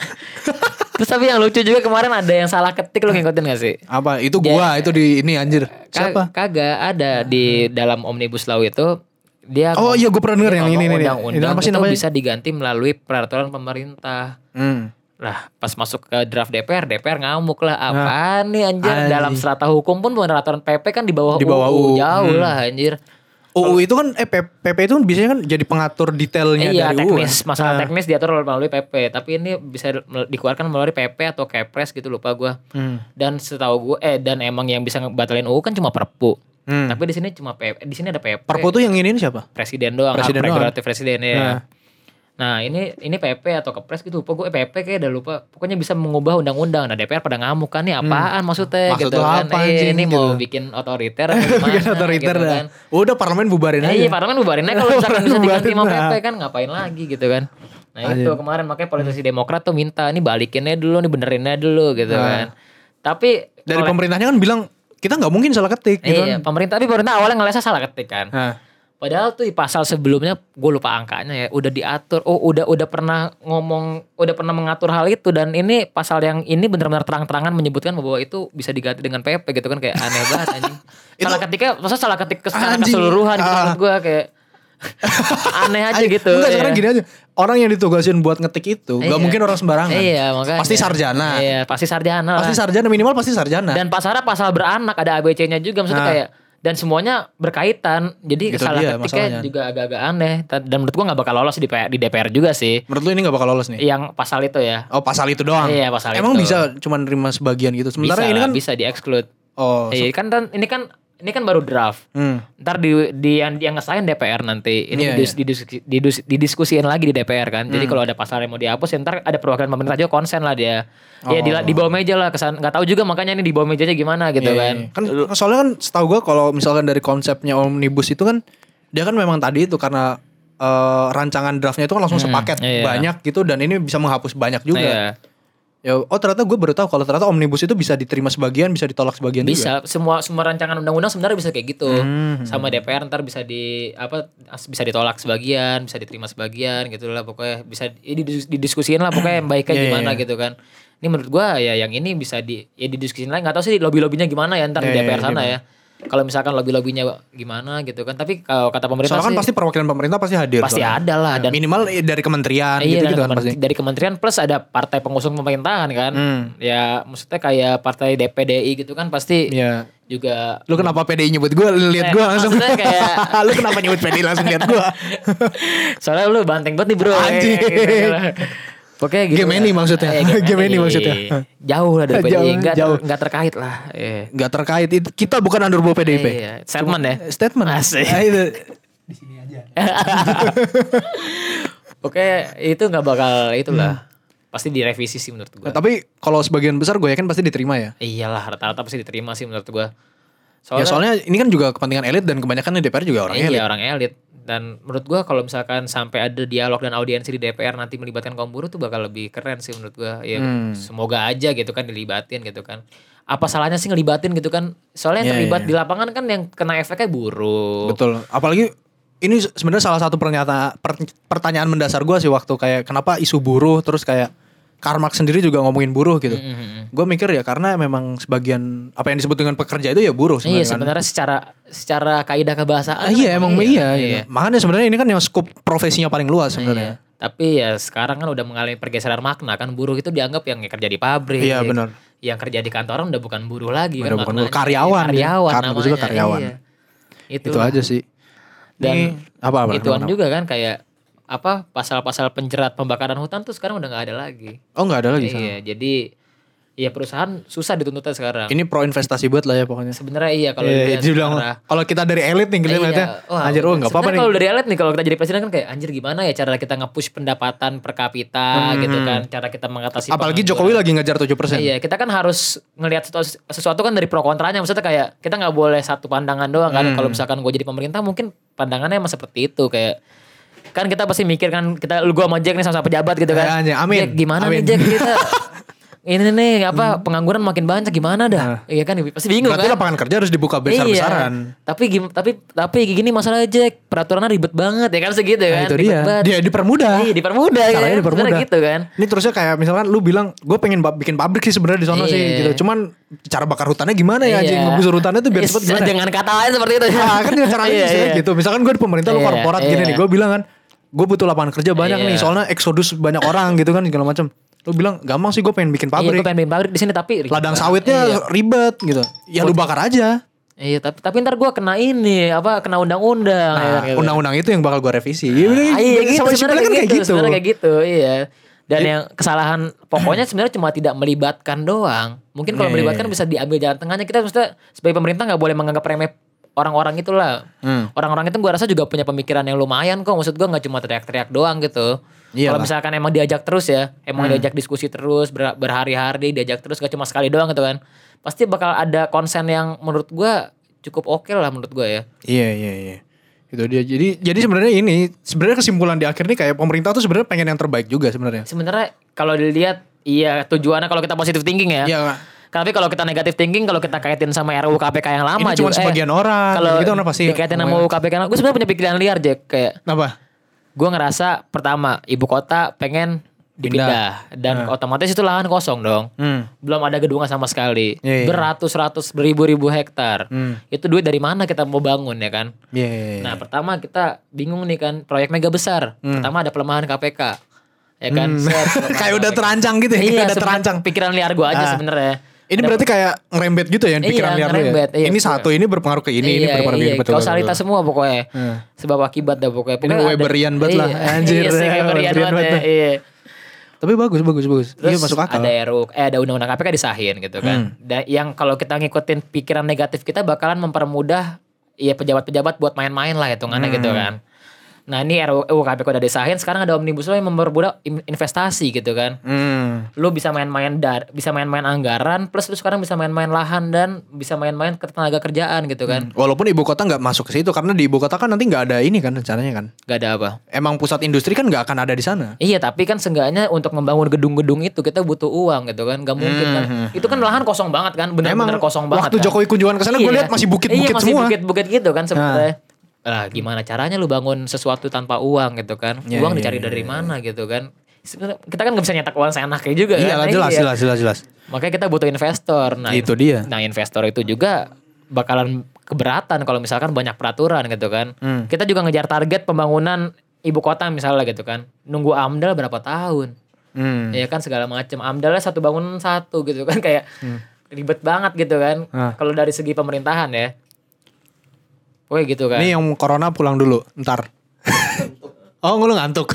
Terus tapi yang lucu juga kemarin ada yang salah ketik, lu ngikutin gak sih? Apa? Itu gua, itu di ini anjir. Siapa? Kagak ada di dalam Omnibus Law itu. Dia iya, gua pernah denger yang ini. Undang-undang itu bisa diganti melalui peraturan pemerintah. Lah pas masuk ke draft DPR ngamuk lah. Apaan nih anjir. Dalam strata hukum pun peraturan PP kan di bawah UU. Jauh lah anjir. UU itu kan PP itu kan biasanya kan jadi pengatur detailnya iya, dari teknis, UU. masalah teknis diatur melalui PP. Tapi ini bisa dikeluarkan melalui PP atau Kepres gitu, lupa gue. Dan setahu gue dan emang yang bisa batalin UU kan cuma Perpu. Tapi di sini cuma PP. Di sini ada PP. Perpu tuh yang ini siapa? Presiden doang. Presiden Prerogatif presiden ya. Nah ini PP atau Kepres gitu, lupa gue PP kayak udah lupa. Pokoknya bisa mengubah undang-undang. Nah DPR pada ngamuk kan nih apaan maksudnya Maksud gitu kan. Ini gitu. mau bikin otoriter atau gimana Bikin otoriter gitu dah. kan. Udah parlemen bubarin aja. Iya parlemen bubarin aja kalau misalkan bisa diganti sama Bubarin PP dah. kan ngapain lagi gitu kan. Nah itu kemarin makanya politisi Demokrat tuh minta ini balikinnya dulu nih benerinnya dulu gitu kan. Tapi Dari pemerintahnya kan bilang kita nggak mungkin salah ketik gitu iya, kan. pemerintah awalnya ngelesnya salah ketik kan. Padahal tuh di pasal sebelumnya gue lupa angkanya ya udah diatur. Udah pernah mengatur hal itu dan ini pasal yang ini benar-benar terang-terangan menyebutkan bahwa itu bisa diganti dengan PP gitu kan kayak aneh banget anjing. Salah ketik secara keseluruhan gitu menurut gue kayak aneh aja gitu. Enggak sekarang gini aja. Orang yang ditugasin buat ngetik itu nggak mungkin orang sembarangan. Iya makanya. Pasti sarjana. Iya pasti sarjana lah. Pasti sarjana minimal pasti sarjana. Dan pasal beranak ada ABC-nya juga maksudnya kayak dan semuanya berkaitan. Jadi Gitu salah dia, ketiknya masalahnya. juga agak-agak aneh. Dan menurut gua gak bakal lolos di DPR juga sih. Menurut lu ini gak bakal lolos nih? Yang pasal itu ya. Oh pasal itu doang? Iya pasal Emang itu. bisa cuma nerima sebagian gitu? Sementara bisa, ini kan bisa di-exclude. Oh Iya kan ini kan baru draft. Ntar di yang ngesain DPR nanti. Ini didiskusiin lagi di DPR kan. Jadi kalau ada pasal yang mau dihapus ya ntar ada perwakilan pemerintah juga konsen lah dia. Ya di bawah meja lah kesan. Gak tahu juga makanya ini di bawah mejanya gimana gitu kan. Kan soalnya kan setahu gue kalau misalkan dari konsepnya omnibus itu kan dia kan memang tadi itu karena rancangan draftnya itu kan langsung sepaket banyak gitu dan ini bisa menghapus banyak juga. Iya. Ya, ternyata gue baru tahu kalau ternyata omnibus itu bisa diterima sebagian, bisa ditolak sebagian juga. Bisa, semua rancangan undang-undang sebenarnya bisa kayak gitu. Sama DPR ntar bisa bisa ditolak sebagian, bisa diterima sebagian gitu lah pokoknya bisa didiskusiin lah pokoknya yang baiknya gimana gitu kan. Ini menurut gua ya yang ini bisa didiskusiin lagi. Enggak tahu sih lobby-lobbynya gimana ya ntar di DPR sana ya. Kalau misalkan lobby-lobbynya gimana gitu kan. Tapi kalau kata pemerintah soalnya kan pasti perwakilan pemerintah pasti hadir. Pasti ada lah dan minimal dari kementerian gitu kan pasti. Dari kementerian plus ada partai pengusung pemerintahan kan. Ya maksudnya kayak partai DPDI gitu kan pasti juga. Lu kenapa PDI nyebut gue? Lihat gue langsung. Maksudnya kayak lu kenapa nyebut PDI langsung lihat gue? Soalnya lu banteng banget nih bro. Anjing. Pokoknya gitu. Gemini maksudnya. Gemini maksudnya. Jauh lah dari PDI. Jauh. Enggak terkait lah. Enggak terkait itu. Kita bukan underball PDIP. Iya. Statement ya. Statement. Asik. Di sini aja. Oke, itu enggak bakal itulah. Pasti direvisi sih menurut gua. Nah, tapi kalau sebagian besar gue yakin pasti diterima ya. Iyalah rata-rata pasti diterima sih menurut gua. Soalnya ini kan juga kepentingan elit dan kebanyakan di DPR juga orang elit. Iya orang elit. Dan menurut gua kalau misalkan sampai ada dialog dan audiensi di DPR nanti melibatkan kaum buruh tuh bakal lebih keren sih menurut gua. Ya semoga aja gitu kan dilibatin gitu kan. Apa salahnya sih ngelibatin gitu kan? Soalnya yang terlibat di lapangan kan yang kena efeknya buruh. Betul. Apalagi ini sebenarnya salah satu pertanyaan mendasar gua sih waktu kayak kenapa isu buruh terus kayak Karl Marx sendiri juga ngomongin buruh gitu. Gue mikir ya karena memang sebagian apa yang disebut dengan pekerja itu ya buruh sebenarnya. Iya sebenarnya secara kaidah kebahasaan. Iya emang iya. Makanya sebenarnya ini kan yang skup profesinya paling luas sebenarnya. Tapi ya sekarang kan udah mengalami pergeseran makna kan buruh itu dianggap yang kerja di pabrik. Iya benar. Yang kerja di kantoran udah bukan buruh lagi udah kan bukan maknanya. Karyawan namanya. juga karyawan. Iya. Itu aja sih. Dan apa ituan juga kan kayak pasal-pasal penjerat pembakaran hutan tuh sekarang udah nggak ada lagi. Oh nggak ada lagi. Iya, jadi ya perusahaan susah dituntutnya sekarang. Ini pro investasi buat lah ya pokoknya. Sebenarnya iya kalau kalau kita dari elit nih kita lihatnya anjir nggak apa-apa nih. Kalau dari elit nih kalau kita jadi presiden kan kayak anjir gimana ya cara kita nge-push pendapatan per kapita gitu kan, cara kita mengatasi. Apalagi Jokowi lagi ngejar 7%. Iya, kita kan harus ngelihat sesuatu kan dari pro kontranya. Maksudnya kayak kita nggak boleh satu pandangan doang kan. Kalau misalkan gue jadi pemerintah mungkin pandangannya emang seperti itu kayak kan kita pasti mikir kan gue sama Jack nih sama pejabat gitu kan. Amin. Jack, gimana nih Jack kita ini nih pengangguran makin banyak gimana dah. Iya kan pasti bingung. Berarti kan. lapangan kerja harus dibuka besar-besaran. Tapi gini masalah Jack, peraturannya ribet banget ya kan segitu kan. Itu dia dipermudah. Iya, dipermudah caranya kan. dipermudah gitu kan. Ini terusnya kayak misalkan lu bilang gue pengen bikin pabrik sih sebenarnya di sono sih gitu. Cuman cara bakar hutannya gimana ya anjing ngebusur hutannya tuh biar cepet gimana. Dengan kata lain seperti itu. Nah, kan caranya gitu. Misalkan gue di pemerintah lu korporat gini nih, gue bilang kan gue butuh lapangan kerja banyak nih soalnya eksodus banyak orang gitu kan segala macam. Lu bilang gampang sih gue pengen bikin Iya, pabrik. gue pengen bikin pabrik di sini tapi ribet. Ladang sawitnya ribet gitu. Ya lu bakar aja. Iya, tapi ntar gue kena kena undang-undang. Nah, gitu. undang-undang itu yang bakal gue revisi. Iya gitu, Sebenarnya kan kayak gitu. Sebenarnya kayak gitu, iya. Dan yang kesalahan pokoknya sebenarnya cuma tidak melibatkan doang. Mungkin kalau melibatkan bisa diambil jalan tengahnya. Kita maksudnya sebagai pemerintah nggak boleh menganggap remeh orang-orang itulah. Orang-orang itu gue rasa juga punya pemikiran yang lumayan kok. Maksud gue nggak cuma teriak-teriak doang gitu. Kalau misalkan emang diajak terus ya, emang diajak diskusi terus berhari-hari, diajak terus gak cuma sekali doang gitu kan. Pasti bakal ada konsen yang menurut gue cukup oke lah menurut gue ya. Iya. Itu dia. Jadi sebenarnya kesimpulan di akhir nih kayak pemerintah tuh sebenarnya pengen yang terbaik juga sebenarnya. Sebenarnya kalau dilihat iya tujuannya kalau kita positive thinking ya. Iya. Tapi kalau kita negatif thinking, kalau kita kaitin sama RUU KPK yang lama Ini cuma sebagian orang. Kalau gitu orang pasti dikaitin sama RUU KPK, gue sebenarnya punya pikiran liar Jack kayak. Apa? Gue ngerasa pertama ibu kota pengen dipindah dan otomatis itu lahan kosong dong. Belum ada gedungan sama sekali. Beratus-ratus beribu-ribu hektar. Itu duit dari mana kita mau bangun ya kan? Nah, pertama kita bingung nih kan, proyek mega besar. Pertama ada pelemahan KPK. Ya kan? Kayak udah terancang gitu ya. Iya, udah terancang. Pikiran liar gue aja sebenarnya. Ini berarti kayak ngerembet gitu ya pikiran liar lu ya. Iya, ini satu ini berpengaruh ke ini berpengaruh ke ini. Betul. Kausalitas semua pokoknya. Sebab akibat dah pokoknya. Ini Weberian banget lah. Anjir. Weberian banget. Iya. Tapi bagus. Terus Iya masuk akal. Ada undang-undang KPK disahin gitu kan. Dan yang kalau kita ngikutin pikiran negatif kita bakalan mempermudah ya pejabat-pejabat buat main-main lah hitungannya gitu kan. Nah ini RUU KPK udah disahin, sekarang ada Omnibus Law yang mempermudah investasi gitu kan. Lu bisa main-main anggaran, plus lu sekarang bisa main-main lahan dan bisa main-main ke tenaga kerjaan gitu kan. Walaupun ibu kota nggak masuk ke situ karena di ibu kota kan nanti nggak ada ini kan rencananya kan. Gak ada apa? Emang pusat industri kan nggak akan ada di sana. Iya tapi kan seenggaknya untuk membangun gedung-gedung itu kita butuh uang gitu kan. Gak mungkin kan. Itu kan lahan kosong banget kan. Bener-bener kosong banget waktu kan. Jokowi kunjungan ke sana gue lihat masih bukit-bukit semua. Masih bukit-bukit gitu kan sebenarnya. Lah gimana caranya lu bangun sesuatu tanpa uang gitu kan. Uang dicari dari mana gitu kan. Sebenarnya kita kan gak bisa nyetak uang seenaknya juga kan. Jelas. Makanya kita butuh investor. Nah itu dia. Nah investor itu juga bakalan keberatan kalau misalkan banyak peraturan gitu kan. Kita juga ngejar target pembangunan ibu kota misalnya gitu kan. Nunggu AMDAL berapa tahun. Ya kan segala macam. AMDALnya satu bangunan satu gitu kan. Kayak ribet banget gitu kan. Kalau dari segi pemerintahan ya. Woi gitu kan. Ini yang corona pulang dulu, ntar. Oh lu ngantuk.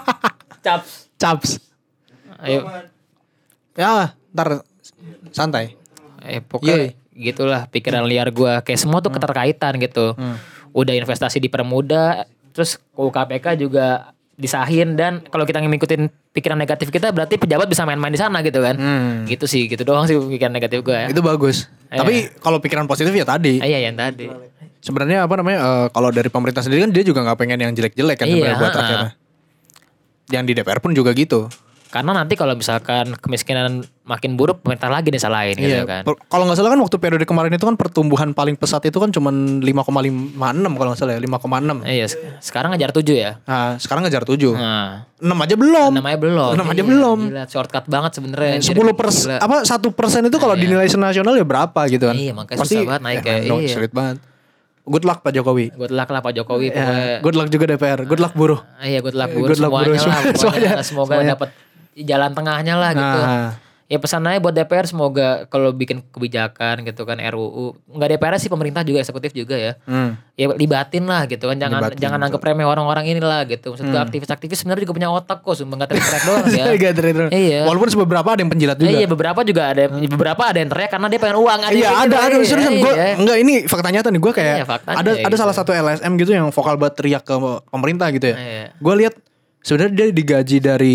Caps. Ayo. Ya, ntar santai. Pokoknya gitulah pikiran liar gue. Kayak semua tuh keterkaitan gitu. Udah investasi dipermudah, terus UKPK juga disahin dan kalau kita ngikutin pikiran negatif kita berarti pejabat bisa main-main di sana gitu kan. Gitu sih, gitu doang sih pikiran negatif gue ya. Itu bagus. Tapi kalau pikiran positif ya tadi. Iya yang tadi. Sebenarnya kalau dari pemerintah sendiri kan dia juga nggak pengen yang jelek-jelek kan sebenarnya buat rakyatnya. Yang di DPR pun juga gitu. Karena nanti kalau misalkan kemiskinan makin buruk pemerintah lagi disalahin gitu kan. Kalau nggak salah kan waktu periode kemarin itu kan pertumbuhan paling pesat itu kan cuma 5,56 kalau nggak salah ya 5,6. Iya sekarang ngejar 7 ya. Nah sekarang ngejar 7. 6 aja belum. 6 aja belum. Gila shortcut banget sebenarnya. 10% apa 1% itu kalau dinilai senasional ya berapa gitu kan. Iya makanya susah banget naik kayak. Sulit banget. Good luck Pak Jokowi. Good luck lah Pak Jokowi. Good luck juga DPR. Good luck buruh. Iya good luck buruh semuanya. Semoga dapat jalan tengahnya lah gitu. Ya pesan aja buat DPR semoga kalau bikin kebijakan gitu kan RUU. Enggak DPR sih pemerintah juga eksekutif juga ya. Ya libatin lah gitu kan. Jangan anggap remeh orang-orang inilah gitu. Maksud gue aktivis-aktivis sebenarnya juga punya otak kok. Sumpah gak teriak doang ya. Iya. Walaupun beberapa ada yang penjilat juga. Iya beberapa juga ada. Beberapa ada yang teriak karena dia pengen uang. Iya ada. Seriusan gue enggak ini fakta nyata nih. Gue kayak ada salah satu LSM gitu yang vokal banget teriak ke pemerintah gitu ya. Gue lihat sebenarnya dia digaji dari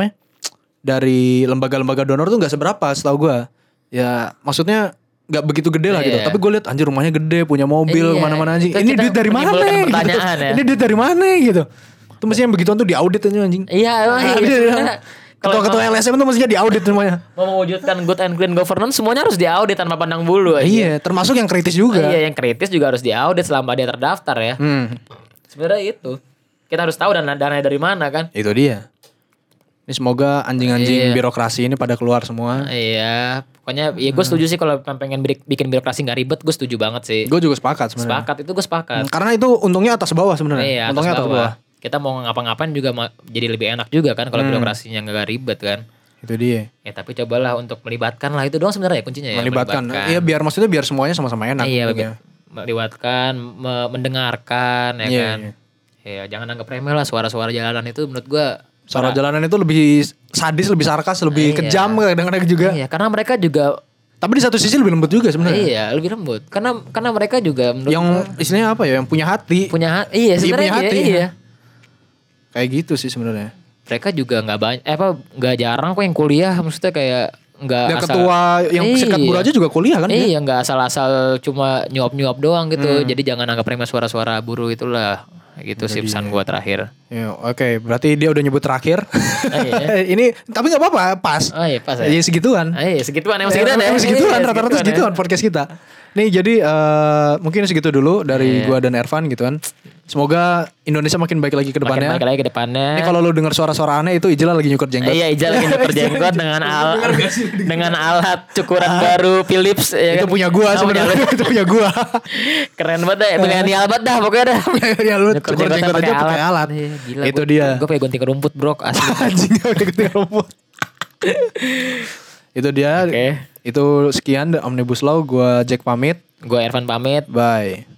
dari lembaga-lembaga donor tuh nggak seberapa setahu gue. Ya maksudnya nggak begitu gede lah gitu. Tapi gue lihat anjir rumahnya gede, punya mobil kemana-mana anjing. Ini duit dari mana? Gitu. Ini duit dari mana gitu. Itu mestinya yang begituan tuh diaudit aja anjing. Iya emang iya. Ketua-ketua LSM itu mestinya diaudit semuanya. Mau mewujudkan good and clean governance semuanya harus diaudit tanpa pandang bulu aja. Iya, termasuk yang kritis juga. Iya, yang kritis juga harus diaudit selama dia terdaftar ya. Sebenarnya itu. Kita harus tahu dana dari mana kan. Itu dia. Ini semoga anjing-anjing birokrasi ini pada keluar semua. Iya, pokoknya ya gue setuju sih kalau pengen bikin birokrasi nggak ribet, gue setuju banget sih. Gue juga sepakat sebenarnya. Gue sepakat. Karena itu untungnya atas bawah sebenarnya. Iya, untungnya atas bawah. Kita mau ngapa-ngapain juga jadi lebih enak juga kan kalau birokrasinya nggak ribet kan. Itu dia. Ya tapi cobalah untuk melibatkan lah, itu doang sebenarnya ya kuncinya ya. Melibatkan. Iya biar maksudnya biar semuanya sama-sama enak. Iya, tentunya. melibatkan, mendengarkan ya Iya, kan. Ya jangan anggap remeh lah suara-suara jalanan itu menurut gua. Suara jalanan itu lebih sadis, lebih sarkas, lebih Iya. kejam kadang-kadang juga. Iya, karena mereka juga Tapi di satu sisi lebih lembut juga sebenarnya. iya, lebih lembut. Karena mereka juga menurut Yang istilahnya apa ya? Yang punya hati. iya sebenarnya punya hati. iya. Kayak gitu sih sebenarnya. Mereka juga nggak banyak nggak jarang kok yang kuliah, maksudnya kayak nggak Dan asal ketua yang serikat buruh aja juga kuliah kan? iya nggak asal-asal cuma nyuap-nyuap doang gitu. Jadi jangan anggap remeh suara-suara buruh itulah. Gitu sih pesan gua terakhir. Ya, oke, berarti dia udah nyebut terakhir. Iya. Ini tapi nggak apa-apa, pas. Oh iya pas ya. Ya segituan. Iya segituan emang segituan ya. Emang segituan, Iya, rata-rata segituan podcast kita. Nih jadi mungkin segitu dulu dari gua dan Ervan gitu kan. Semoga Indonesia makin baik lagi ke depannya. Makin baik lagi ke depannya. Ini kalau lu dengar suara-suara aneh itu Ijal lagi nyukur jenggot. Iya Ijal lagi nyukur jenggot dengan alat cukuran baru Philips ya Itu kan? punya gua sebenarnya. Itu punya gua. Keren banget dah, milenial banget dah pokoknya dah. Ya lu Nyukur cukur jenggot aja pakai alat. Iya, gila, Itu dia. Gue pengen gunting rumput bro, asli. Anjing udah ketika rumput. Itu dia. Oke. Itu sekian The Omnibus Law. Gua Jack pamit. Gue Ervan pamit. Bye.